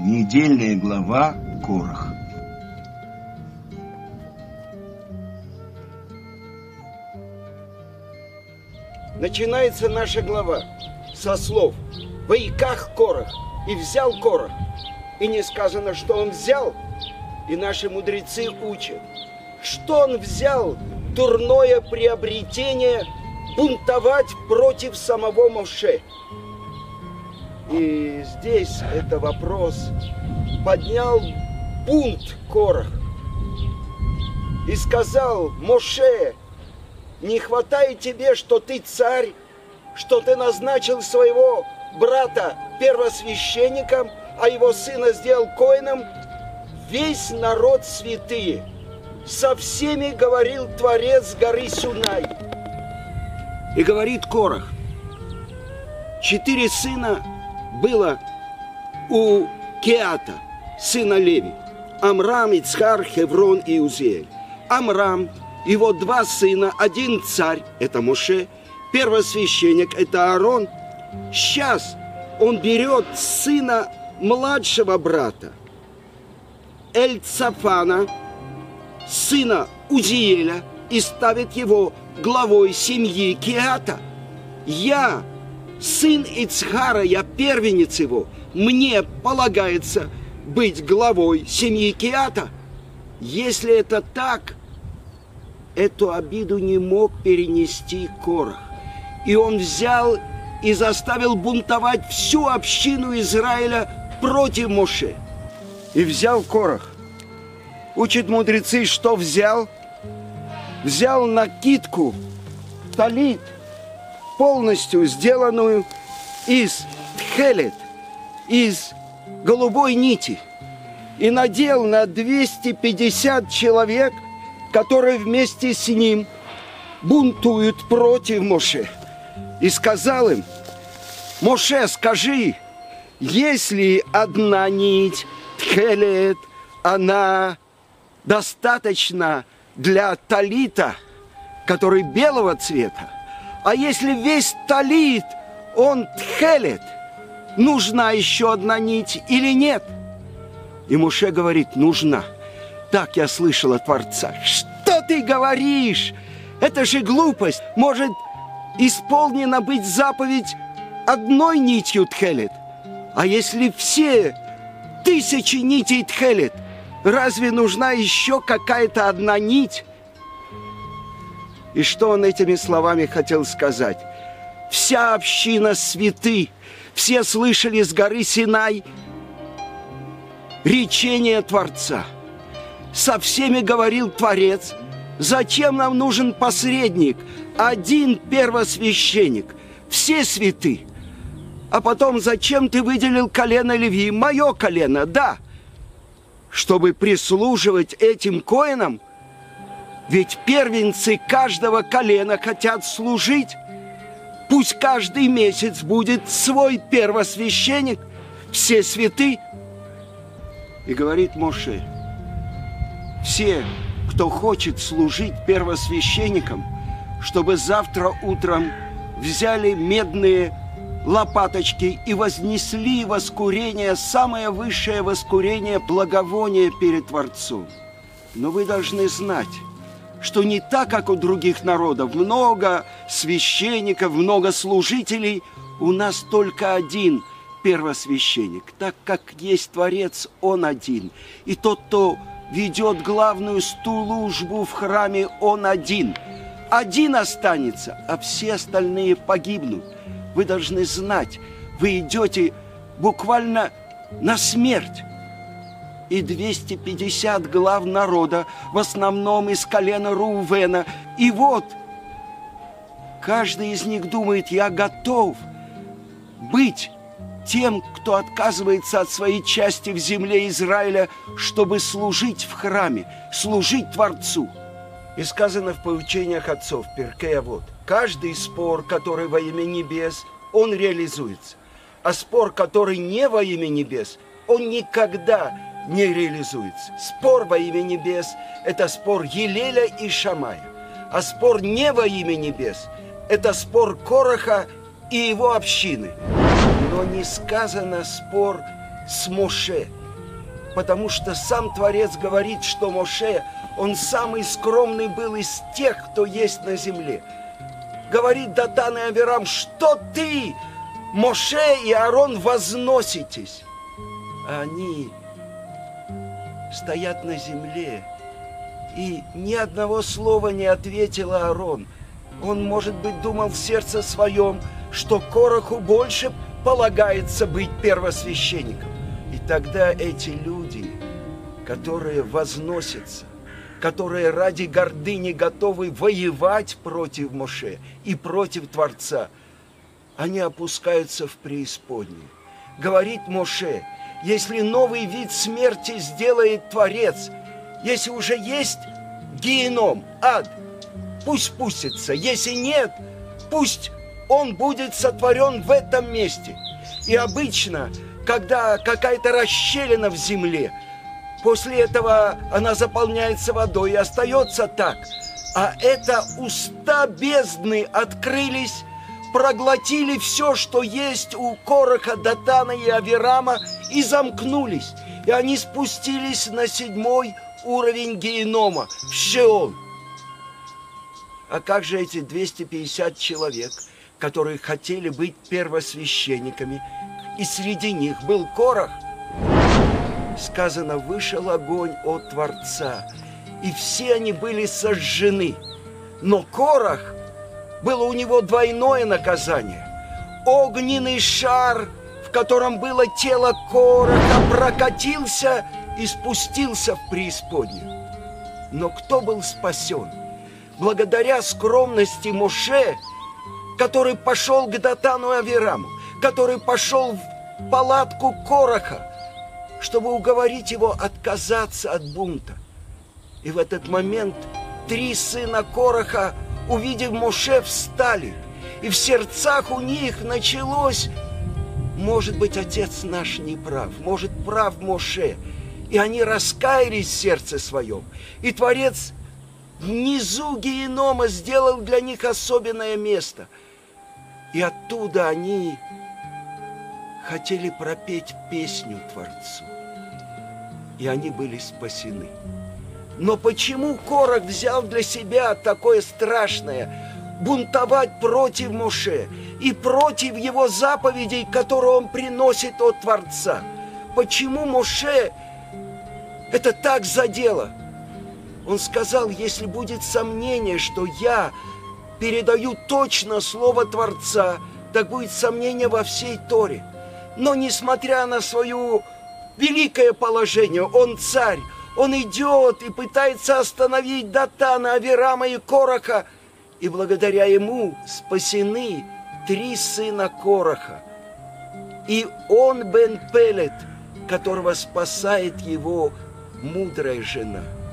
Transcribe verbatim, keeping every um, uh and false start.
Недельная глава Корах. Начинается наша глава со слов «Ваиках Корах» и «взял Корах». И не сказано, что он взял, и наши мудрецы учат, что он взял дурное приобретение бунтовать против самого Моше. И здесь это вопрос поднял бунт Корах и сказал: Моше, не хватает тебе, что ты царь, что ты назначил своего брата первосвященником, а его сына сделал коэном? Весь народ святые, со всеми говорил Творец горы Синай. И говорит Корах: четыре сына было у Кеата, сына Леви: Амрам, Ицхар, Хеврон и Узиэль. Амрам, его два сына, один царь, это Моше, первосвященник, это Аарон. Сейчас он берет сына младшего брата, Эльцафана, сына Узиэля, и ставит его главой семьи Кеата. Я, сын Ицхара, я первенец его, мне полагается быть главой семьи Кеата. Если это так, эту обиду не мог перенести Корах. И он взял и заставил бунтовать всю общину Израиля против Моше. И взял Корах. Учат мудрецы, что взял? Взял накидку, талит, полностью сделанную из тхелет, из голубой нити, и надел на двести пятьдесят человек, которые вместе с ним бунтуют против Моше. И сказал им: Моше, скажи, если одна нить, тхелет, она достаточно для талита, который белого цвета, а если весь талит, он тхелет, нужна еще одна нить или нет? И Моше говорит: нужна. Так я слышал от Творца. Что ты говоришь? Это же глупость. Может исполнена быть заповедь одной нитью тхелет? А если все тысячи нитей тхелет, разве нужна еще какая-то одна нить? И что он этими словами хотел сказать? Вся община святы, все слышали с горы Синай речение Творца. Со всеми говорил Творец: зачем нам нужен посредник, один первосвященник, все святы. А потом, зачем ты выделил колено Леви, мое колено, да, чтобы прислуживать этим коэнам? Ведь первенцы каждого колена хотят служить. Пусть каждый месяц будет свой первосвященник, все святы. И говорит Моше: все, кто хочет служить первосвященником, чтобы завтра утром взяли медные лопаточки и вознесли воскурение, самое высшее воскурение, благовония перед Творцом. Но вы должны знать, что не так, как у других народов, много священников, много служителей, у нас только один первосвященник. Так как есть Творец, он один. И тот, кто ведет главную службу в храме, он один. Один останется, а все остальные погибнут. Вы должны знать, вы идете буквально на смерть. И двести пятьдесят глав народа, в основном из колена Рувена. И вот, каждый из них думает: я готов быть тем, кто отказывается от своей части в земле Израиля, чтобы служить в храме, служить Творцу. И сказано в поучениях отцов, Перкей Авот: каждый спор, который во имя небес, он реализуется. А спор, который не во имя небес, он никогда не реализуется. Спор во имя небес – это спор Елеля и Шамая. А спор не во имя небес – это спор Кораха и его общины. Но не сказано спор с Моше. потому что сам Творец говорит, что Моше, он самый скромный был из тех, кто есть на земле. Говорит Датан и Авирам, что ты, Моше и Аарон, возноситесь. А они стоят на земле, и ни одного слова не ответил Аарон. Он, может быть, думал в сердце своем, что Кораху больше полагается быть первосвященником. И тогда эти люди, которые возносятся, которые ради гордыни готовы воевать против Моше и против Творца, они опускаются в преисподнюю. Говорит Моше, если новый вид смерти сделает Творец, если уже есть геном, ад, пусть спустится, если нет, пусть он будет сотворен в этом месте. И обычно, когда какая-то расщелина в земле, после этого она заполняется водой и остается так. А это уста бездны открылись, проглотили все, что есть у Кораха, Датана и Авирама, и замкнулись. И они спустились на седьмой уровень генома, в Шеол. А как же эти двести пятьдесят человек, которые хотели быть первосвященниками, и среди них был Корах? Сказано, вышел огонь от Творца, и все они были сожжены. Но Корах, было у него двойное наказание. Огненный шар, в котором было тело Кораха, прокатился и спустился в преисподнюю. Но кто был спасен? Благодаря скромности Моше, который пошел к Датану и Авираму, который пошел в палатку Кораха, чтобы уговорить его отказаться от бунта. И в этот момент три сына Кораха, увидев Моше, встали. И в сердцах у них началось: может быть, отец наш не прав, может, прав Моше. И они раскаялись в сердце своем. И Творец внизу генома сделал для них особенное место. И оттуда они хотели пропеть песню Творцу. И они были спасены. Но почему Корах взял для себя такое страшное бунтовать против Моше и против его заповедей, которые он приносит от Творца? Почему Моше это так задело? Он сказал, если будет сомнение, что я передаю точно слово Творца, так будет сомнение во всей Торе. Но несмотря на свое великое положение, он царь, он идет и пытается остановить Датана, Авирама и Кораха, и благодаря ему спасены три сына Кораха. И он бен Пелет, которого спасает его мудрая жена.